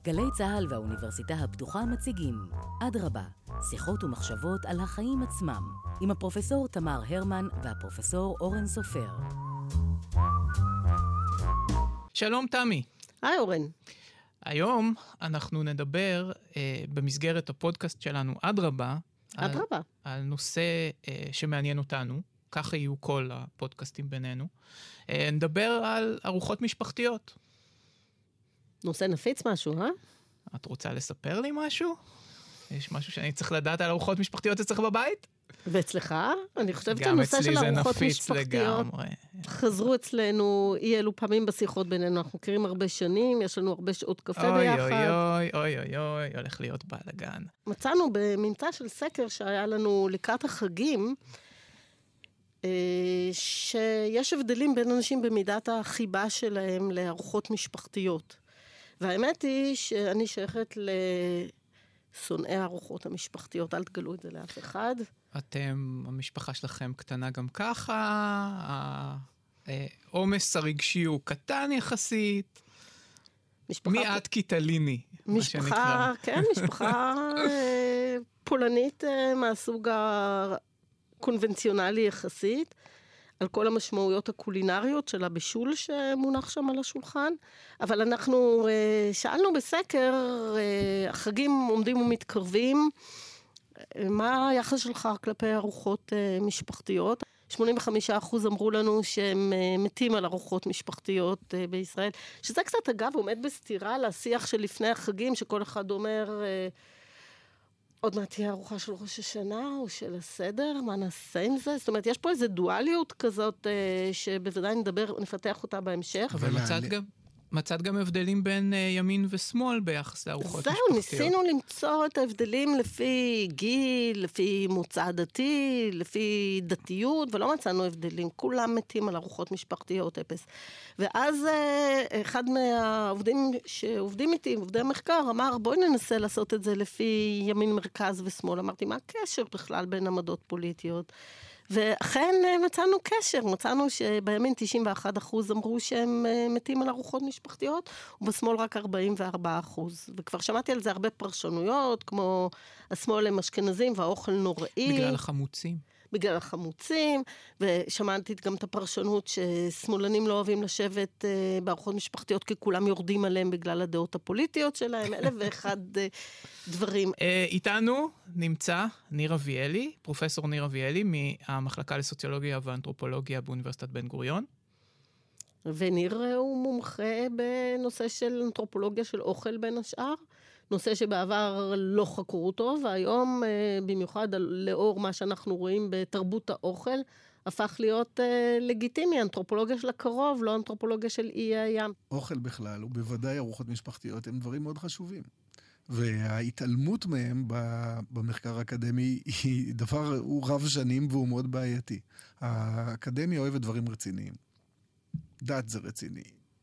גלי צהל והאוניברסיטה הפתוחה מציגים אדרבה, שיחות ומחשבות על החיים עצמם, עם הפרופסור תמר הרמן והפרופסור אורן סופר. שלום תמי. היי אורן. היום אנחנו נדבר במסגרת הפודקאסט שלנו אדרבה, על נושא שמעניין אותנו, ככה יהיו כל הפודקאסטים בינינו. נדבר על ארוחות משפחתיות. נושא נפיץ משהו, אה? את רוצה לספר לי משהו? יש משהו שאני צריך לדעת על ארוחות משפחתיות אצלך בבית? ואצלך? אני חושבת שהנושא של ארוחות משפחתיות חזרו אצלנו אי אלו פעמים בשיחות בינינו. אנחנו מכירים הרבה שנים, יש לנו הרבה שעות קפה ביחד. אוי, הולך להיות בלגן. מצאנו בממצא של סקר שהיה לנו לקראת החגים, שיש הבדלים בין אנשים במידת החיבה שלהם לארוחות משפחתיות. והאמת היא שאני שייכת לשונאי הארוחות המשפחתיות, אל תגלו את זה לאף אחד. המשפחה שלכם קטנה גם ככה, העומס הרגשי הוא קטן יחסית, מי את קיטליני, מה שנקרא. כן, משפחה פולנית מהסוג הקונבנציונלי יחסית, על כל המשמעויות הקולינריות של הבישול שמונח שם על השולחן, אבל אנחנו שאלנו בסקר, החגים עומדים ומתקרבים, מה היחס שלך כלפי ארוחות משפחתיות? 85% אמרו לנו שהם מתים על ארוחות משפחתיות בישראל, שזה קצת אגב עומד בסתירה לשיח של לפני החגים, שכל אחד אומר, עוד מעט תהיה ארוחה של ראש השנה או של הסדר, מה נעשה עם זה? זאת אומרת, יש פה איזו דואליות כזאת שבוודאי נפתח אותה בהמשך. אבל מצאת גם הבדלים בין ימין ושמאל ביחס לארוחות משפחתיות. זהו, ניסינו למצוא את ההבדלים לפי גיל, לפי מוצא דתי, לפי דתיות, ולא מצאנו הבדלים. כולם מתים על ארוחות משפחתיות, אפס. ואז אחד מהעובדים שעובדים איתי, עובדי המחקר, אמר, בואי ננסה לעשות את זה לפי ימין, מרכז ושמאל. אמרתי, מה הקשר בכלל בין עמדות פוליטיות? ואכן מצאנו קשר, מצאנו שבימין 91% אמרו שהם מתים על ארוחות משפחתיות, ובשמאל רק 44%. וכבר שמעתי על זה הרבה פרשנויות, כמו השמאל הם אשכנזים והאוכל נוראי. בגלל החמוצים. בגלל החמוצים, ושמעתי גם את הפרשנות ששמאלנים לא אוהבים לשבת בארוחות משפחתיות, כי כולם יורדים עליהם בגלל הדעות הפוליטיות שלהם, 1,001 דברים. איתנו נמצא ניר אביאלי, פרופסור ניר אביאלי, מהמחלקה לסוציולוגיה ואנתרופולוגיה באוניברסיטת בן גוריון. וניר הוא מומחה בנושא של אנתרופולוגיה של אוכל בין השאר, נושא שבעבר לא חקרו אותו, והיום במיוחד לאור מה שאנחנו רואים בתרבות האוכל, הפך להיות לגיטימי, אנתרופולוגיה של הקרוב, לא אנתרופולוגיה של אי הים. אוכל בכלל, ובוודאי ארוחות משפחתיות, הם דברים מאוד חשובים. וההתעלמות מהם במחקר האקדמי היא דבר, הוא רב שנים והוא מאוד בעייתי. האקדמיה אוהבת דברים רציניים. דת זה רציני.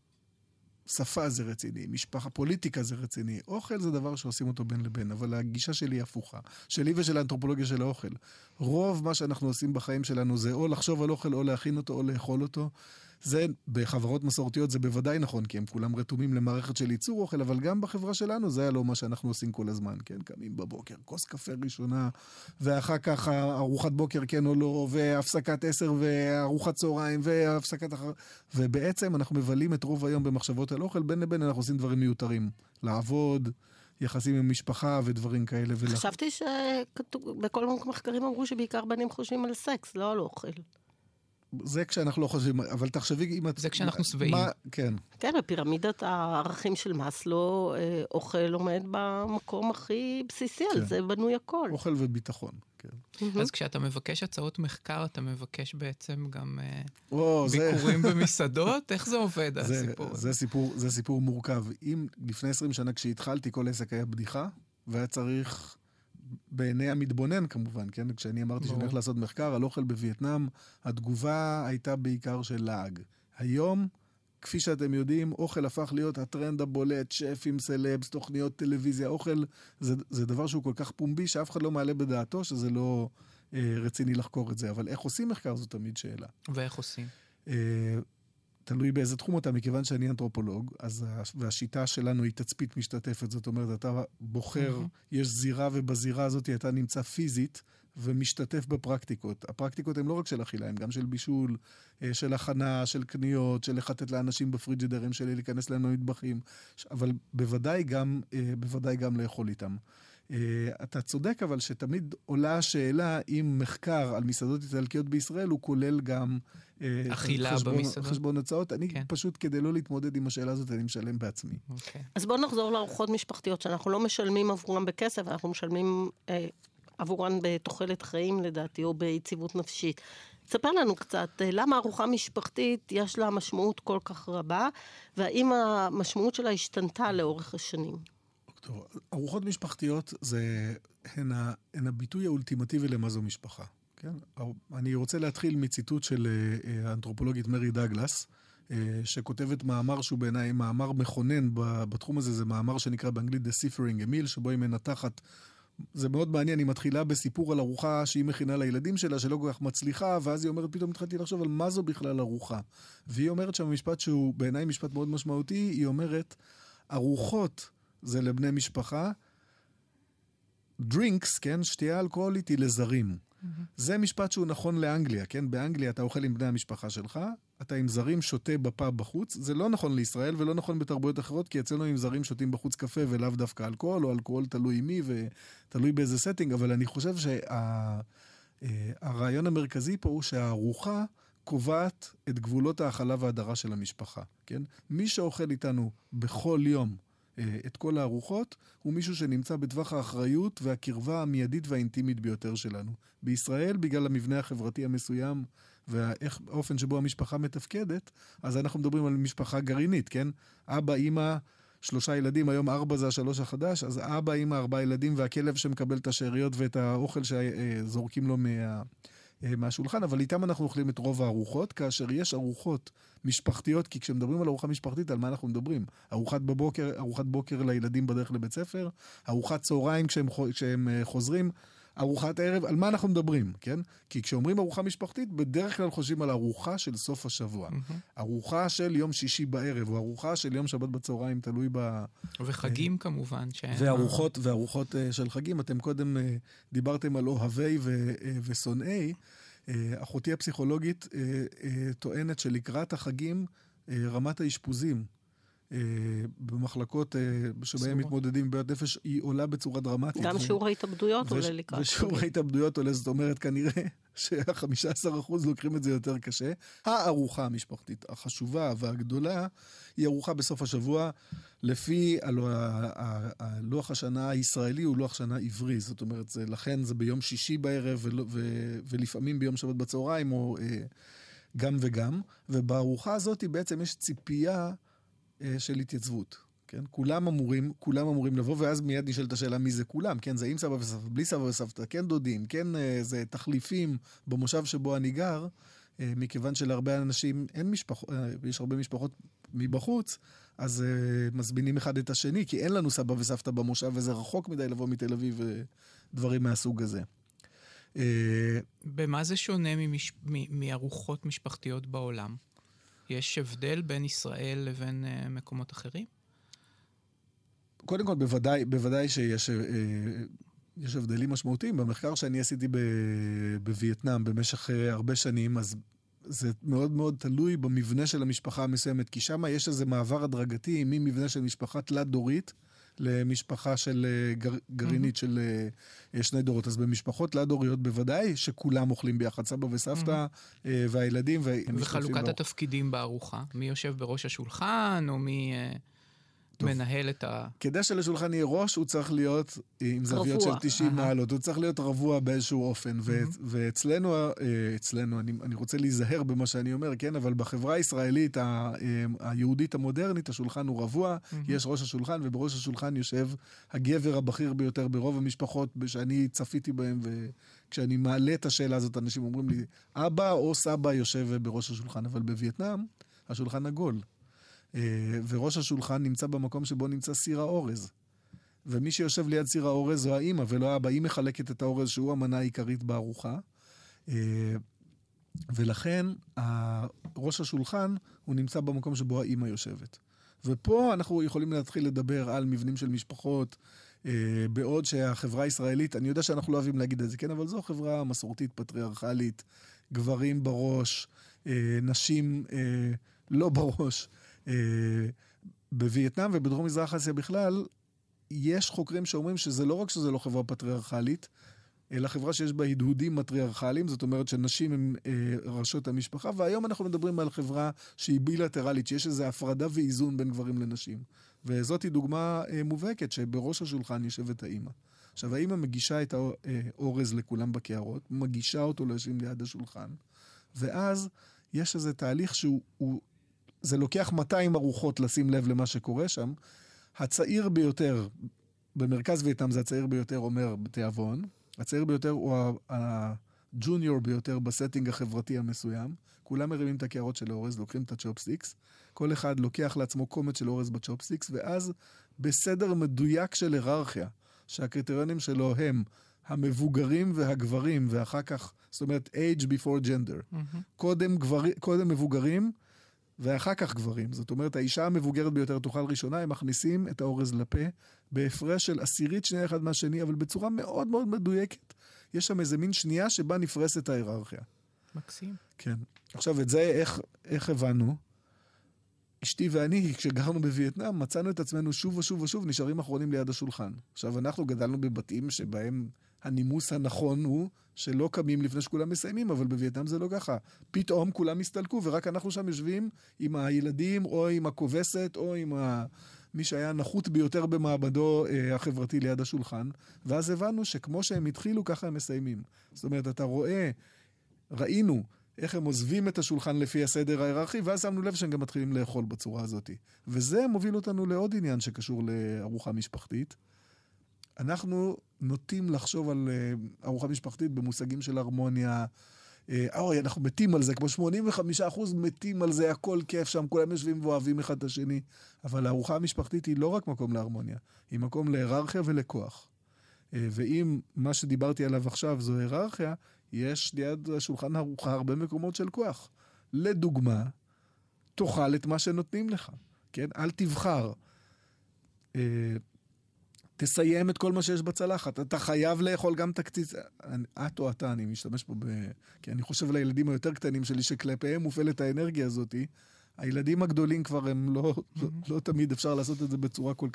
שפה זה רציני, משפחה, פוליטיקה זה רציני, אוכל זה דבר שעושים אותו בין לבין, אבל הגישה שלי היא הפוכה, שלי ושל האנתרופולוגיה של האוכל. רוב מה שאנחנו עושים בחיים שלנו זה או לחשוב על אוכל, או להכין אותו, או לאכול אותו. זה בחברות מסורתיות זה בוודאי נכון, כי הם כולם רתומים למערכת של ייצור אוכל, אבל גם בחברה שלנו זה היה לא מה שאנחנו עושים כל הזמן, כן? קמים בבוקר, כוס קפה ראשונה, ואחר כך ארוחת בוקר כן או לא, והפסקת 10 וארוחת צהריים, והפסקת אחר, ובעצם אנחנו מבלים את רוב היום במחשבות על אוכל, בין לבין אנחנו עושים דברים מיותרים, לעבוד, יחסים עם משפחה ודברים כאלה. חשבתי שבכל מחקרים אמרו שבעיקר בנים חושבים על סקס, לא על אוכל. זה כשאנחנו לא חושבים, אבל תחשבי אם את... זה כשאנחנו שבעים. כן. כן, בפירמידת הערכים של מאסלו, אוכל עומד במקום הכי בסיסי, על זה בנוי הכל. אוכל וביטחון, כן. אז כשאתה מבקש הצעות מחקר, אתה מבקש בעצם גם ביקורים במסעדות? איך זה עובד, הסיפור? זה סיפור מורכב. אם לפני 20 שנה כשהתחלתי, כל עסק היה בדיחה, והיה צריך... בעיני המתבונן כמובן, כן? כשאני אמרתי שאני הולך לעשות מחקר על אוכל בווייטנאם, התגובה הייתה בעיקר של לעג. היום, כפי שאתם יודעים, אוכל הפך להיות הטרנד הבולט, שפים, סלבס, תוכניות טלוויזיה, אוכל, זה דבר שהוא כל כך פומבי, שאף אחד לא מעלה בדעתו, שזה לא רציני לחקור את זה. אבל איך עושים מחקר זו תמיד שאלה. ואיך עושים? תלוי באיזה תחום אתה, מכיוון שאני אנתרופולוג, והשיטה שלנו היא תצפית משתתפת, זאת אומרת, אתה בוחר, יש זירה, ובזירה הזאת אתה נמצא פיזית, ומשתתף בפרקטיקות. הפרקטיקות הן לא רק של אכילה, הן גם של בישול, של הכנה, של קניות, של לחטט לאנשים בפריג'ידרים שלי, להיכנס להם למטבחים, אבל בוודאי גם לאכול איתם. אתה צודק, אבל שתמיד עולה השאלה אם מחקר על מסעדות איטלקיות בישראל, הוא כולל גם אכילה במסעדות. חשבון הצעות. אני פשוט, כדי לא להתמודד עם השאלה הזאת, אני משלם בעצמי. אז בואו נחזור לארוחות משפחתיות, שאנחנו לא משלמים עבורם בכסף, אנחנו משלמים עבורן בתוחלת חיים, לדעתי, או ביציבות נפשית. תספר לנו קצת, למה ארוחה משפחתית יש לה משמעות כל כך רבה, והאם המשמעות שלה השתנתה לאורך השנים? טוב, ארוחות משפחתיות הן הביטוי האולטימטיבי למה זו משפחה. כן? אני רוצה להתחיל מציטוט של האנתרופולוגית מרי דאגלס, שכותבת מאמר שהוא בעיניי מאמר מכונן בתחום הזה, זה מאמר שנקרא באנגלית The Ciphering Meal, שבו היא מנתחת, זה מאוד מעניין, היא מתחילה בסיפור על ארוחה שהיא מכינה לילדים שלה, שלא כל כך מצליחה, ואז היא אומרת, פתאום התחלתי לחשוב על מה זו בכלל ארוחה. והיא אומרת שם משפט שהוא בעיניי משפט מאוד משמעותי, היא אומרת, ארוחות זה לבני משפחה, דרינקס, כן, שתייה אלכוהולית היא לזרים. זה משפט שהוא נכון לאנגליה, כן? באנגליה אתה אוכל עם בני המשפחה שלך, אתה עם זרים שותה בפאב בחוץ, זה לא נכון לישראל ולא נכון בתרבויות אחרות, כי אצלנו עם זרים שותים בחוץ קפה ולאו דווקא אלכוהול, או אלכוהול תלוי מי ותלוי באיזה סטינג, אבל אני חושב שהרעיון המרכזי פה הוא שהארוחה קובעת את גבולות האכלה וההדרה של המשפחה, כן? מי שאוכל איתנו בכל יום את כל הארוחות, הוא מישהו שנמצא בטווח האחריות והקרבה המיידית והאינטימית ביותר שלנו. בישראל, בגלל המבנה החברתי המסוים והאופן שבו המשפחה מתפקדת, אז אנחנו מדברים על משפחה גרעינית, כן? אבא, אמא, 3 ילדים, היום 4 זה 3 החדש, אז אבא, אמא, 4 ילדים, והכלב שמקבל את השאריות ואת האוכל שזורקים לו מהשולחן, אבל איתם אנחנו אוכלים את רוב הארוחות, כאשר יש ארוחות משפחתיות, כי כשמדברים על ארוחה משפחתית, על מה אנחנו מדברים? ארוחת בוקר לילדים בדרך לבית ספר, ארוחת צהריים כשהם חוזרים, ארוחת ערב, על מה אנחנו מדברים, כן? כי כשאומרים ארוחה משפחתית, בדרך כלל חושבים על ארוחה של סוף השבוע. ארוחה של יום שישי בערב, או ארוחה של יום שבת בצהריים, תלוי וחגים כמובן. וארוחות של חגים. אתם קודם דיברתם על אוהבי ושונאי. אחותי הפסיכולוגית טוענת שלקראת החגים, רמת האשפוזים במחלקות שבהם מתמודדים בעיות נפש, היא עולה בצורה דרמטית. גם שיעור ההתאבדויות עולה לקראת. ושיעור ההתאבדויות עולה, זאת אומרת, כנראה שה-15% לוקחים את זה יותר קשה. הארוחה המשפחתית החשובה והגדולה, היא ארוחה בסוף השבוע, לפי לוח השנה הישראלי הוא לוח שנה עברי, זאת אומרת, לכן זה ביום שישי בערב, ולפעמים ביום שבת בצהריים, או גם וגם, ובארוחה הזאת בעצם יש ציפייה של התייצבות, כן? כולם אמורים לבוא, ואז מיד נשאלת השאלה מי זה כולם, כן? זה עם סבא וסבתא, בלי סבא וסבתא, כן דודים, כן זה תחליפים במושב שבו אני גר, מכיוון שלהרבה אנשים אין משפחות, יש הרבה משפחות מבחוץ, אז מזמינים אחד את השני, כי אין לנו סבא וסבתא במושב, וזה רחוק מדי לבוא מתל אביב, ודברים מהסוג הזה. במה זה שונה מארוחות משפחתיות בעולם? יש הבדל בין ישראל לבין מקומות אחרים? קודם כל, בוודאי שיש הבדלים משמעותיים. במחקר שאני עשיתי בווייטנאם במשך הרבה שנים, אז זה מאוד מאוד תלוי במבנה של המשפחה המסוימת, כי שם יש איזה מעבר הדרגתי ממבנה של משפחה תלת-דורית, למשפחה של גרעינית של 2 דורות. אז במשפחות תלת-דוריות בוודאי שכולם אוכלים ביחד, סבא וסבתא והילדים. וחלוקת התפקידים בארוחה? מי יושב בראש השולחן, או מי מנהל את כדי שלשולחן יהיה ראש, הוא צריך להיות עם זוויות של 90 מעלות, הוא צריך להיות רבוע באיזשהו אופן, ואצלנו, אני רוצה להיזהר במה שאני אומר, כן, אבל בחברה הישראלית, היהודית המודרנית, השולחן הוא רבוע, יש ראש השולחן, ובראש השולחן יושב הגבר הבכיר ביותר ברוב המשפחות, שאני צפיתי בהם, וכשאני מעלה את השאלה הזאת, אנשים אומרים לי, אבא או סבא יושב בראש השולחן, אבל בווייטנאם, השולחן עגול. וראש השולחן נמצא במקום שבו נמצא סיר האורז. ומי שיושב ליד סיר האורז זו האמא ולא האבא. היא מחלקת את האורז שהוא המנה העיקרית בארוחה. ולכן ראש השולחן הוא נמצא במקום שבו האמא יושבת. ופה אנחנו יכולים להתחיל לדבר על מבנים של משפחות, בעוד שהחברה הישראלית, אני יודע שאנחנו לא אוהבים להגיד את זה, כן, אבל זו חברה מסורתית, פטריארכלית, גברים בראש, נשים לא בראש. בווייטנאם ובדרום מזרח אסיה בכלל, יש חוקרים שאומרים שזה לא רק שזה לא חברה פטריארכלית, אלא חברה שיש בה הדהודים מטריארכליים, זאת אומרת שנשים הם ראשות המשפחה, והיום אנחנו מדברים על חברה שהיא בילטרלית, שיש איזו הפרדה ואיזון בין גברים לנשים. וזאת היא דוגמה מובהקת, שבראש השולחן יושבת האמא. עכשיו, האמא מגישה את האורז לכולם בקערות, מגישה אותו ליושבים ליד השולחן, ואז יש איזה תהליך זה לוקח 200 ארוחות לשים לב למה שקורה שם. הצעיר ביותר, במרכז וייטנאם זה הצעיר ביותר אומר בתיאבון, הצעיר ביותר הוא הג'וניור ביותר בסטינג החברתי המסוים. כולם מרימים את הקערות של האורז, לוקחים את הצ'ופסטיקס, כל אחד לוקח לעצמו קומץ של אורז בצ'ופסטיקס, ואז בסדר מדויק של היררכיה, שהקריטריונים שלו הם המבוגרים והגברים, ואחר כך, זאת אומרת, age before gender. קודם מבוגרים, ואחר כך גברים. זאת אומרת, האישה המבוגרת ביותר תאכל ראשונה, הם מכניסים את האורז לפה, בהפרש של עשירית שנייה אחד מהשני, אבל בצורה מאוד מאוד מדויקת. יש שם איזה מין שנייה שבה נפרסת ההיררכיה. מקסים. כן. עכשיו, את זה איך הבנו? אשתי ואני, כשגרנו בווייטנאם, מצאנו את עצמנו שוב ושוב ושוב, נשארים אחרונים ליד השולחן. עכשיו, אנחנו גדלנו בבתים שבהם הנימוס הנכון הוא שלא קמים לפני שכולם מסיימים, אבל בווייטנאם זה לא ככה. פתאום כולם הסתלקו, ורק אנחנו שם יושבים עם הילדים, או עם הכובסת, או עם מי שהיה נחות ביותר במעבדו החברתי ליד השולחן, ואז הבנו שכמו שהם התחילו, ככה הם מסיימים. זאת אומרת, אתה ראינו איך הם עוזבים את השולחן לפי הסדר ההיררכי, ואז שמנו לב שהם גם מתחילים לאכול בצורה הזאת. וזה מוביל אותנו לעוד עניין שקשור לארוחה משפחתית. אנחנו נוטים לחשוב על ארוחה משפחתית במושגים של הרמוניה. אנחנו מתים על זה, כמו 85% מתים על זה, הכל כיף שם, כולם יושבים ואוהבים אחד את השני. אבל הארוחה המשפחתית היא לא רק מקום להרמוניה, היא מקום להיררכיה ולכוח. ואם מה שדיברתי עליו עכשיו זו היררכיה, יש ליד השולחן ארוחה הרבה מקומות של כוח. לדוגמה, תאכל את מה שנותנים לך, כן? אל תבחר. תסיים את כל מה שיש בצלחת. אתה חייב לאכול גם תקציץ. את או אתה, אני משתמש פה כי אני חושב על הילדים היותר קטנים שלי, שכלפיהם מופעלת האנרגיה הזאת. הילדים הגדולים כבר הם לא תמיד אפשר לעשות את זה בצורה כל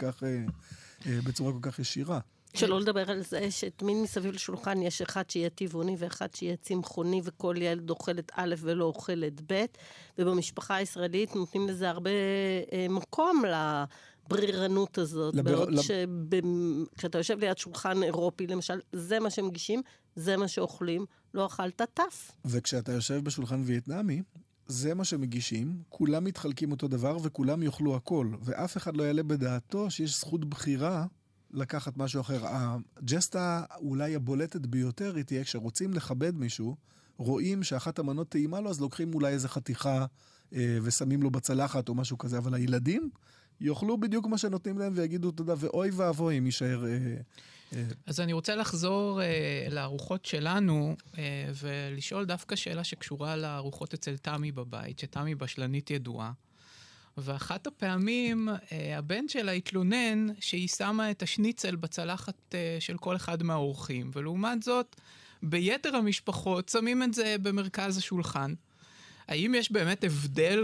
כך ישירה. שלא לדבר על זה שתמיד מסביב לשולחן יש אחד שיהיה טבעוני ואחד שיהיה צמחוני, וכל ילד אוכל את א' ולא אוכל את ב', ובמשפחה הישראלית נותנים לזה הרבה מקום לברירנות הזאת, בעוד כשאתה יושב ליד שולחן אירופי, למשל, זה מה שמגישים, זה מה שאוכלים, לא אכלת טף. וכשאתה יושב בשולחן וייטנאמי, זה מה שמגישים, כולם מתחלקים אותו דבר וכולם יאכלו הכל, ואף אחד לא יעלה בדעתו שיש זכות בחירה לקחת משהו אחר. הג'סטה אולי הבולטת ביותר היא תהיה, כשרוצים לכבד מישהו, רואים שאחת המנות טעימה לו, אז לוקחים אולי איזה חתיכה ושמים לו בצלחת או משהו כזה, אבל הילדים יאכלו בדיוק מה שנותנים להם ויגידו תודה, ואוי ואבוי אם יישאר... אז אני רוצה לחזור לארוחות שלנו, ולשאול דווקא שאלה שקשורה לארוחות אצל תמי בבית, שתמי בשלנית ידועה. ואחת הפעמים הבן שלה התלונן שהיא שמה את השניצל בצלחת של כל אחד מהאורחים, ולעומת זאת, ביתר המשפחות שמים את זה במרכז השולחן. האם יש באמת הבדל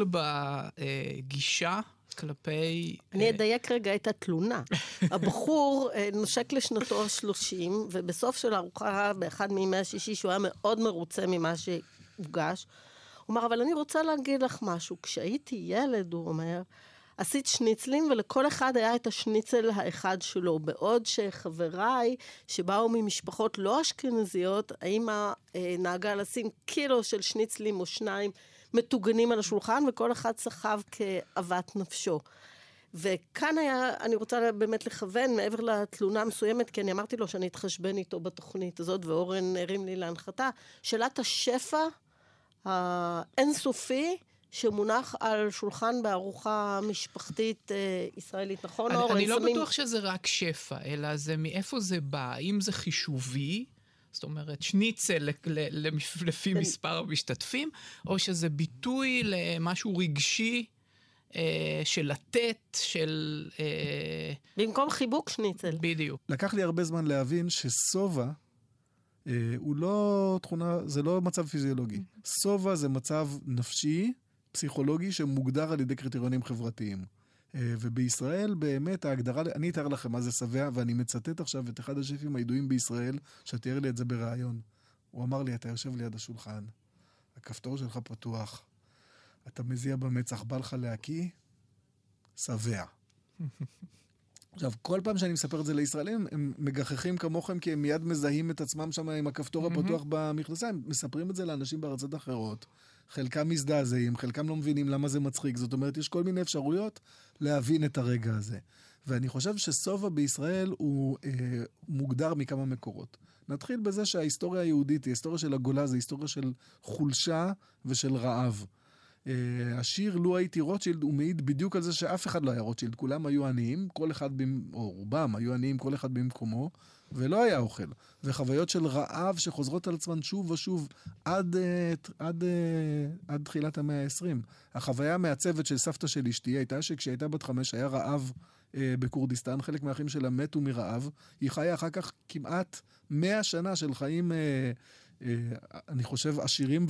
בגישה כלפי... אני אדייק רגע את התלונה. הבחור נושק לשנתו ה-30, ובסוף של הארוחה, באחד מימי השישי, שהוא היה מאוד מרוצה ממה שהוגש, הוא אומר, אבל אני רוצה להגיד לך משהו. כשהייתי ילד, הוא אומר, עשית שניצלים, ולכל אחד היה את השניצל האחד שלו. בעוד שחבריי, שבאו ממשפחות לא אשכנזיות, האמא נהגה לשים קילו של שניצלים או שניים מטוגנים על השולחן, וכל אחד סחב כאוות נפשו. וכאן היה, אני רוצה באמת לכוון מעבר לתלונה מסוימת, כי אני אמרתי לו שאני אתחשבן איתו בתוכנית הזאת, ואורן הרים לי להנחתה, שאלת השפע האינסופי שמונח על שולחן בארוחה משפחתית ישראלית, נכון אורן? אני לא בטוח שזה רק שפע, אלא זה מאיפה זה בא, האם זה חישובי, זאת אומרת, שניצל לפי מספר המשתתפים, או שזה ביטוי למשהו רגשי, של לתת, של... במקום חיבוק שניצל. בדיוק. לקח לי הרבה זמן להבין שסובה, הוא לא תכונה, זה לא מצב פיזיולוגי. סובה זה מצב נפשי, פסיכולוגי, שמוגדר על ידי קריטריונים חברתיים. ובישראל באמת ההגדרה, אני אתאר לכם מה זה שבע, ואני מצטט עכשיו את אחד השפים הידועים בישראל, שתיאר לי את זה ברעיון. הוא אמר לי, אתה יושב ליד השולחן, הכפתור שלך פתוח, אתה מזיע במצח, בא לך להקיא, שבע. עכשיו, כל פעם שאני מספר את זה לישראלים, הם מגחכים כמוכם, כי הם מיד מזהים את עצמם שם עם הכפתור הפתוח במכנסיים. הם מספרים את זה לאנשים בארצות אחרות. חלקם מזדעזעים, חלקם לא מבינים למה זה מצחיק. זאת אומרת, יש כל מיני אפשרויות להבין את הרגע הזה. ואני חושב שסובה בישראל הוא מוגדר מכמה מקורות. נתחיל בזה שההיסטוריה היהודית, היא היסטוריה של הגולה, זה היסטוריה של חולשה ושל רעב. השיר לו הייתי רוטשילד הוא מעיד בדיוק על זה שאף אחד לא היה רוטשילד, כולם היו עניים, כל אחד, או רובם היו עניים, כל אחד במקומו, ולא היה אוכל. וחוויות של רעב שחוזרות על עצמן שוב ושוב עד תחילת המאה ה-20. החוויה המעצבת של סבתא של אשתי הייתה שכשהייתה בת 5 היה רעב בקורדיסטן, חלק מהאחים שלה מתו מרעב, היא חיה אחר כך כמעט 100 שנה של חיים אני חושב עשירים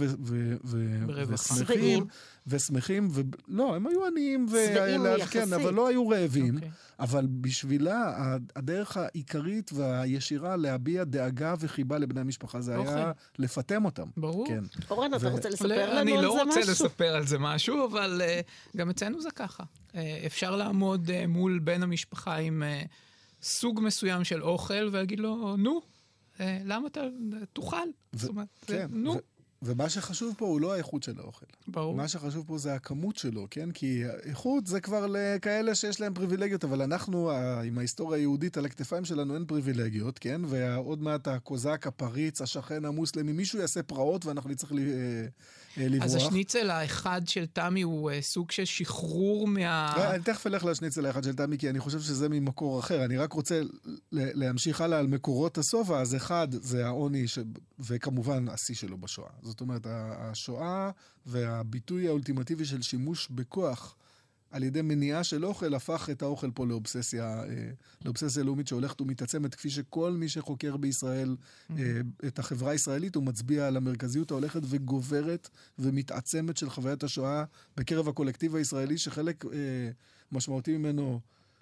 ושמחים, לא, הם היו עניים, כן, אבל לא היו רעבים, אבל בשבילה הדרך העיקרית והישירה להביע דאגה וחיבה לבני המשפחה זה היה לפתם אותם. ברור. אורן, אתה רוצה לספר לנו על זה משהו? אני לא רוצה לספר על זה משהו, אבל גם אצלנו זה ככה. אפשר לעמוד מול בן המשפחה עם סוג מסוים של אוכל ולהגיד לו, נו, למה אתה תאכל? זאת אומרת, נו. ומה שחשוב פה הוא לא האיכות של האוכל. ברור. מה שחשוב פה זה הכמות שלו, כן? כי האיכות זה כבר לכאלה שיש להם פריבילגיות, אבל אנחנו, עם ההיסטוריה היהודית, על הכתפיים שלנו אין פריבילגיות, כן? ועוד מעט הקוזק, הפריץ, השכן המוסלמי, מישהו יעשה פרעות ואנחנו נצטרך לברוח. אז השניצל האחד של תמי הוא סוג של שחרור אני תכף אלך לשניצל האחד של תמי, כי אני חושב שזה ממקור אחר. אני רק רוצה להמשיך הלאה על מקורות הסובה. אז אחד זה העוני, וכמובן השיא שלו בשואה. זאת אומרת, השואה והביטוי האולטימטיבי של שימוש בכוח על ידי מניעה של אוכל, הפך את האוכל פה לאובססיה לאומית שהולכת ומתעצמת, כפי שכל מי שחוקר בישראל את החברה הישראלית, הוא מצביע על המרכזיות ההולכת וגוברת ומתעצמת של חוויית השואה בקרב הקולקטיב הישראלי, שחלק משמעותי ממנו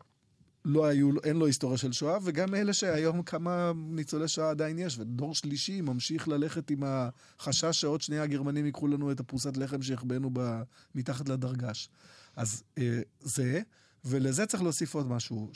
אין לו היסטוריה של שואה, וגם אלה שהיום כמה ניצולי שואה עדיין יש, ודור שלישי ממשיך ללכת עם החשש שעוד שנייה הגרמנים ייקחו לנו את הפרוסת לחם שיחבנו מתחת לדרגש. אז זה, ולזה צריך להוסיף עוד משהו,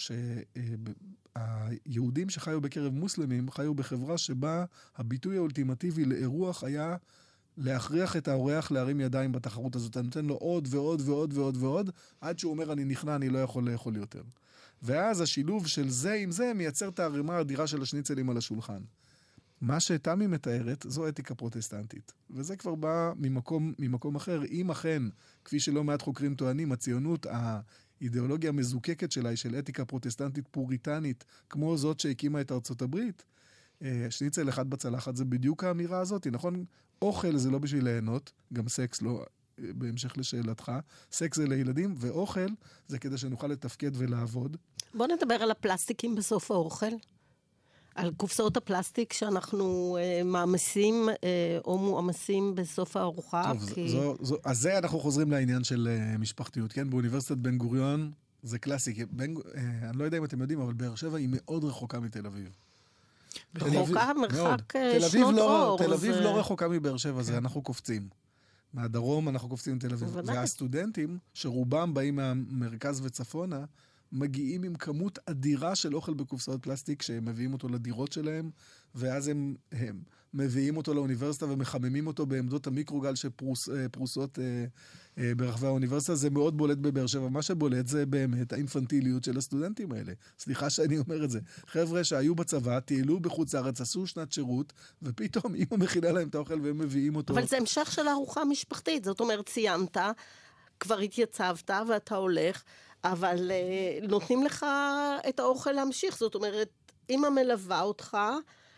שהיהודים שחיו בקרב מוסלמים חיו בחברה שבה הביטוי האולטימטיבי לאירוח היה להכריח את האורח להרים ידיים בתחרות הזאת. אתה נותן לו עוד ועוד ועוד ועוד ועוד, עד שהוא אומר אני נכנע, אני לא יכול לאכול יותר. ואז השילוב של זה עם זה מייצר את הערימה האדירה של השניצלים על השולחן. מה שתמי מתארת זו אתיקה פרוטסטנטית. וזה כבר בא ממקום אחר. אם אכן, כפי שלא מעט חוקרים טוענים, הציונות, האידיאולוגיה המזוקקת שלה היא של אתיקה פרוטסטנטית פוריטנית, כמו זאת שהקימה את ארצות הברית, שניצל אחד בצלחת זה בדיוק האמירה הזאת. נכון? אוכל זה לא בשביל ליהנות, גם סקס לא, בהמשך לשאלתך. סקס זה לילדים, ואוכל זה כדי שנוכל לתפקד ולעבוד. בוא נדבר על הפלסטיקים בסוף האוכל. על קופסאות הפלסטיק שאנחנו מאמסים או מואמסים בסוף הארוחה. טוב, אז זה אנחנו חוזרים לעניין של משפחתיות, כן? באוניברסיטת בן גוריון זה קלאסי. אני לא יודע אם אתם יודעים, אבל באר שבע היא מאוד רחוקה מתל אביב. רחוקה, מרחק שנות אור. תל אביב לא רחוקה מבאר שבע, זה אנחנו קופצים. מהדרום אנחנו קופצים מתל אביב. והסטודנטים, שרובם באים מהמרכז וצפונה, מגיעים עם כמות אדירה של אוכל בקופסאות פלסטיק, שהם מביאים אותו לדירות שלהם, ואז הם מביאים אותו לאוניברסיטה ומחממים אותו בעמדות המיקרוגל שפרוסות ברחבי האוניברסיטה. זה מאוד בולט בבאר שבע. מה שבולט זה באמת האינפנטיליות של הסטודנטים האלה. סליחה שאני אומר את זה. חבר'ה שהיו בצבא, טיילו בחוץ לארץ, עשו שנת שירות, ופתאום אמא מכינה להם את האוכל והם מביאים אותו. אבל זה המשך של הארוחה המשפחתית. זאת אומרת, ציינת, כבר התייצבת ואתה הולך, אבל נותנים לך את האוכל להמשיך. זאת אומרת, אמא מלווה אותך,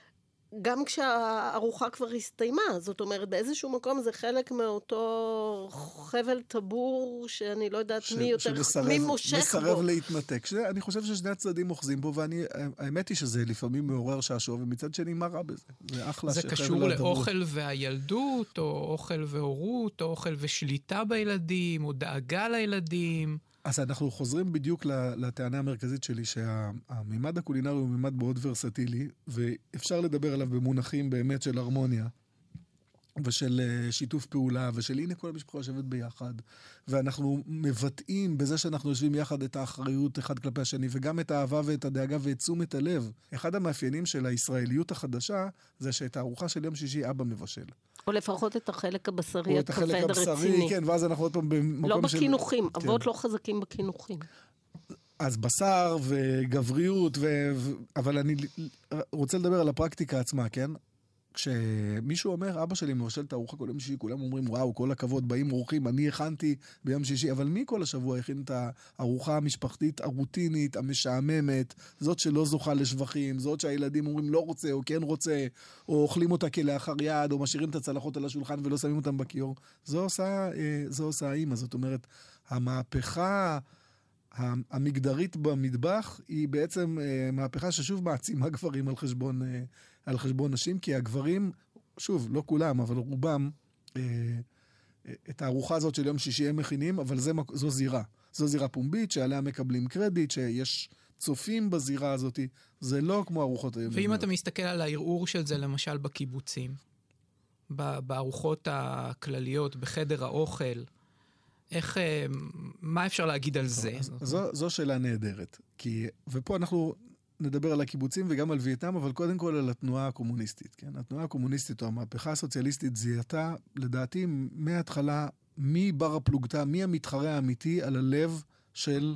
גם כשהארוחה כבר הסתיימה, זאת אומרת, באיזשהו מקום זה חלק מאותו חבל טבור, שאני לא יודעת מי מושך בו. מסרב להתנתק. אני חושב ששני הצדדים אוחזים בו, והאמת היא שזה לפעמים מעורר שעשוע, ומצד שני מה רע בזה? זה אחלה זה קשור לאוכל והילדות, או אוכל והורות, או אוכל ושליטה בילדים, או דאגה לילדים. אז אנחנו חוזרים בדיוק לטענה המרכזית שלי, שהמימד הקולינרי הוא מימד מאוד ורסטילי, ואפשר לדבר עליו במונחים באמת של הרמוניה, ושל שיתוף פעולה, ושל הנה כל המשפחה יושבת ביחד, ואנחנו מבטאים בזה שאנחנו יושבים יחד את האחריות אחד כלפי השני, וגם את האהבה ואת הדאגה ואת תשומת הלב. אחד המאפיינים של הישראליות החדשה, זה שאת הארוחה של יום שישי אבא מבשל. או לפחות את החלק הבשרי, הכבד הרציני. כן, ואז אנחנו עוד פעם במקום לא בכינוכים, אבות לא חזקים בכינוכים. אז בשר וגבריות, אבל אני רוצה לדבר על הפרקטיקה עצמה, כן? כשמישהו אומר, אבא שלי מבשל את הארוחה כל יום שישי, כולם אומרים, וואו, כל הכבוד, באים אורחים, אני הכנתי ביום שישי, אבל מי כל השבוע הכין את הארוחה המשפחתית, הרוטינית, המשעממת, זאת שלא זוכה לשבחים, זאת שהילדים אומרים לא רוצה, או כן רוצה, או אוכלים אותה כלאחר יד, או משאירים את הצלחות על השולחן ולא שמים אותם בכיור. זו עושה האמא. זאת אומרת, המהפכה המגדרית במטבח היא בעצם מהפכה ששוב מעצימה גברים על חשבון נשים, כי הגברים, שוב, לא כולם, אבל רובם, את הארוחה הזאת של יום שישי הם מכינים, אבל זו זירה. זו זירה פומבית שעליה מקבלים קרדיט, שיש צופים בזירה הזאת, זה לא כמו ארוחות היום. ואם אתה מסתכל על הערעור של זה, למשל בקיבוצים, בארוחות הכלליות, בחדר האוכל, מה אפשר להגיד על זה? זו שאלה נהדרת. ופה אנחנו נדבר על הקיבוצים וגם על וייטנאם, אבל קודם כל על התנועה הקומוניסטית. כן? התנועה הקומוניסטית או המהפכה הסוציאליסטית זיהתה, לדעתי, מההתחלה, מי בר הפלוגתא, מי המתחרה האמיתי על הלב של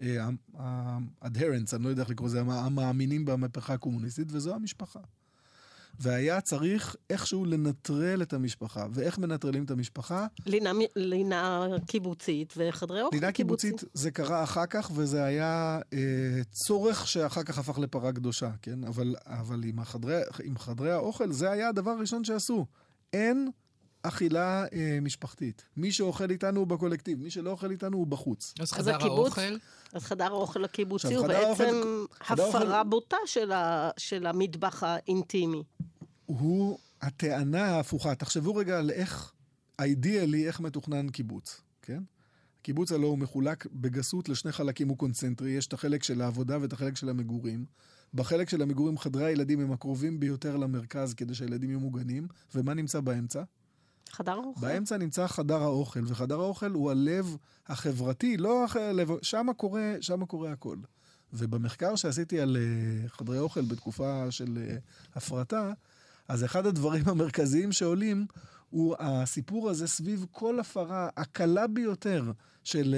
adherents, אני לא יודע איך לקרוא זה, המאמינים במהפכה הקומוניסטית, וזו המשפחה. והיה צריך איכשהו לנטרל את המשפחה. ואיך מנטרלים את המשפחה? לינה קיבוצית וחדרי אוכל. לינה קיבוצית זה קרה אחר כך, וזה היה צורך שאחר כך הפך לפרה קדושה, כן? אבל עם חדרי האוכל, זה היה הדבר הראשון שעשו. אין אכילה משפחתית. מי שאוכל איתנו הוא בקולקטיב, מי שלא אוכל איתנו הוא בחוץ. אז חדר האוכל? אז חדר האוכל הקיבוצי הוא בעצם הפרה בוטה של המטבח האינטימי. הוא הטענה ההפוכה. תחשבו רגע על אידיאלי, איך מתוכנן קיבוץ, כן? הקיבוץ הלא הוא מחולק בגסות לשני חלקים, הוא קונצנטרי, יש את החלק של העבודה ואת החלק של המגורים. בחלק של המגורים חדרי הילדים הם הקרובים ביותר למרכז כדי שהילדים יהיו מוגנים, ומה נמצא באמצע? חדר האוכל. באמצע נמצא חדר האוכל, וחדר האוכל הוא הלב החברתי, לא הלב, שם קורה הכל. ובמחקר שעשיתי על חדרי אוכל בתקופה של הפרטה, אז אחד הדברים המרכזיים שעולים הוא הסיפור הזה סביב כל הפרה הקלה ביותר של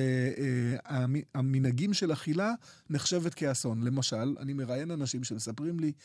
המנהגים של אכילה נחשבת כאסון. למשל, אני מראיין אנשים שמספרים לי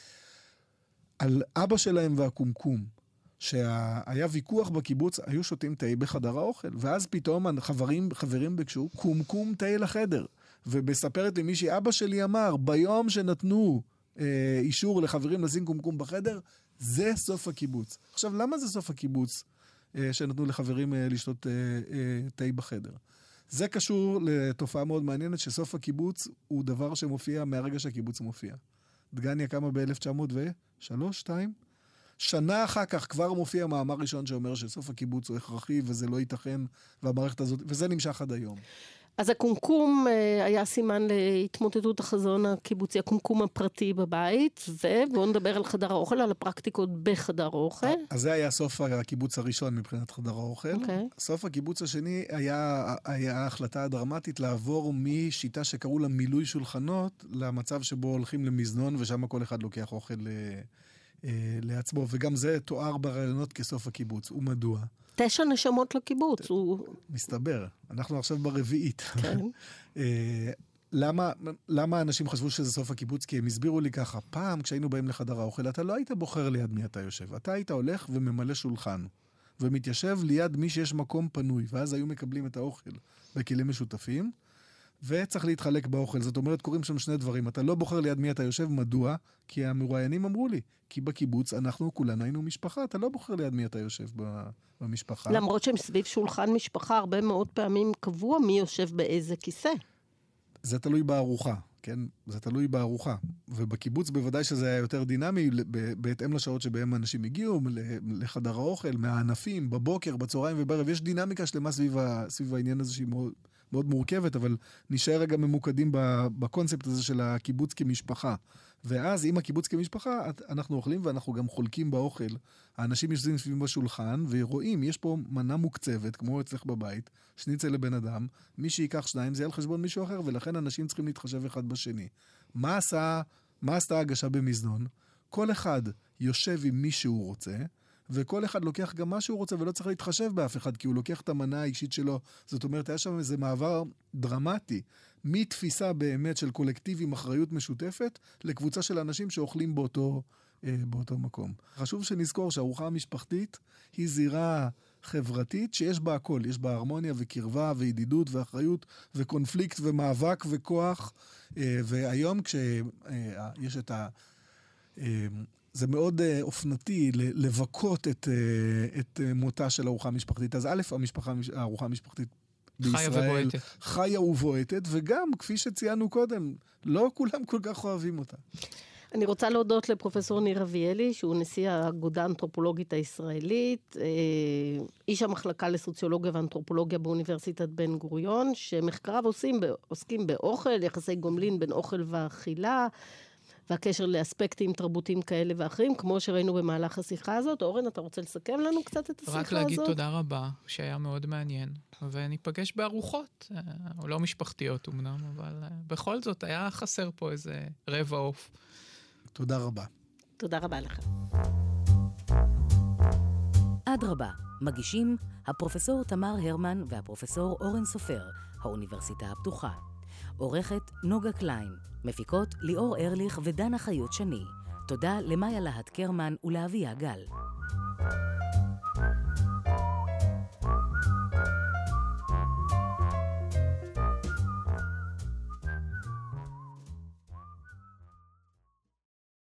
על אבא שלהם והקומקום, שהיה ויכוח בקיבוץ, היו שותים תה בחדר האוכל, ואז פתאום חברים ביקשו קומקום תה לחדר. ובספרת לי מישהי, אבא שלי אמר, ביום שנתנו אישור לחברים לשים קומקום בחדר, זה סוף הקיבוץ. עכשיו, למה זה סוף הקיבוץ שנתנו לחברים לשתות תה בחדר? זה קשור לתופעה מאוד מעניינת, שסוף הקיבוץ הוא דבר שמופיע מהרגע שהקיבוץ מופיע. דגניה קמה ב-1903-2. שנה אחר כך כבר מופיע מאמר ראשון שאומר שסוף הקיבוץ הוא הכרחי וזה לא ייתכן, והמערכת הזאת, וזה נמשך עד היום. אז הקומקום היה סימן להתמוטטות החזון הקיבוצי, הקומקום הפרטי בבית, ובואו נדבר על חדר האוכל, על הפרקטיקות בחדר האוכל. אז זה היה סוף הקיבוץ הראשון מבחינת חדר האוכל. סוף הקיבוץ השני היה ההחלטה הדרמטית לעבור משיטה שקראו לה מילוי שולחנות, למצב שבו הולכים למזנון, ושם כל אחד לוקח אוכל לעצמו, וגם זה תואר ברעיונות כסוף הקיבוץ. ומדוע? 9 נשמות לקיבוץ. מסתבר. אנחנו עכשיו ברביעית. כן. למה אנשים חשבו שזה סוף הקיבוץ? כי הם הסבירו לי ככה, פעם כשהיינו באים לחדר האוכל, אתה לא היית בוחר ליד מי אתה יושב. אתה היית הולך וממלא שולחן, ומתיישב ליד מי שיש מקום פנוי, ואז היו מקבלים את האוכל בכלים משותפים, וצריך להתחלק באוכל. זאת אומרת, קוראים שם שני דברים. אתה לא בוחר ליד מי אתה יושב, מדוע? כי המרואיינים אמרו לי, כי בקיבוץ אנחנו כולנו היינו משפחה, אתה לא בוחר ליד מי אתה יושב במשפחה. למרות שהם סביב שולחן משפחה, הרבה מאוד פעמים קבוע מי יושב באיזה כיסא. זה תלוי בארוחה, כן? זה תלוי בארוחה. ובקיבוץ בוודאי שזה היה יותר דינמי, בהתאם לשעות שבהם אנשים הגיעו, לחדר האוכל, מהענפים, בבוקר, בצהריים ובערב. יש דינמיקה שלמה סביב העניין הזה שהיא מאוד מורכבת, אבל נשאר רגע ממוקדים בקונספט הזה של הקיבוץ כמשפחה. ואז עם הקיבוץ כמשפחה, אנחנו אוכלים ואנחנו גם חולקים באוכל. האנשים יושבים סביב בשולחן ורואים, יש פה מנה מוקצבת, כמו אצלך בבית, שניצל לבן אדם, מי שיקח שניים זה על חשבון מישהו אחר, ולכן אנשים צריכים להתחשב אחד בשני. מה עשתה הגשה במזנון? כל אחד יושב עם מי שהוא רוצה, וכל אחד לוקח גם מה שהוא רוצה, ולא צריך להתחשב באף אחד, כי הוא לוקח את המנה האישית שלו. זאת אומרת, היה שם איזה מעבר דרמטי, מתפיסה באמת של קולקטיב עם אחריות משותפת, לקבוצה של אנשים שאוכלים באותו מקום. חשוב שנזכור שהארוחה המשפחתית היא זירה חברתית שיש בה הכל. יש בה הרמוניה וקרבה וידידות ואחריות וקונפליקט ומאבק וכוח. והיום כשיש את זה מאוד אופנתי לבכות את מותה של הארוחה המשפחתית. אז א', הארוחה המשפחתית בישראל חיה ובועטת, וגם, כפי שציינו קודם, לא כולם כל כך אוהבים אותה. אני רוצה להודות לפרופסור ניר אביאלי, שהוא נשיא האגודה האנתרופולוגית הישראלית, איש המחלקה לסוציולוגיה ואנתרופולוגיה באוניברסיטת בן גוריון, שמחקריו עוסקים באוכל, יחסי גומלין בין אוכל ואכילה, והקשר לאספקטים תרבותיים כאלה ואחרים, כמו שראינו במהלך השיחה הזאת. אורן, אתה רוצה לסכם לנו קצת את השיחה הזאת? רק להגיד תודה רבה, שהיה מאוד מעניין, וניפגש בארוחות, לא משפחתיות אמנם, אבל בכל זאת היה חסר פה איזה רבע עוף. תודה רבה. תודה רבה לך. אדרבה, מגישים הפרופסור תמר הרמן והפרופסור אורן סופר, האוניברסיטה הפתוחה. עורכת נוגה קליין, מפיקות ליאור ארליך ודנה חיות שני. תודה למאיה להט קרמן ולאביה גל.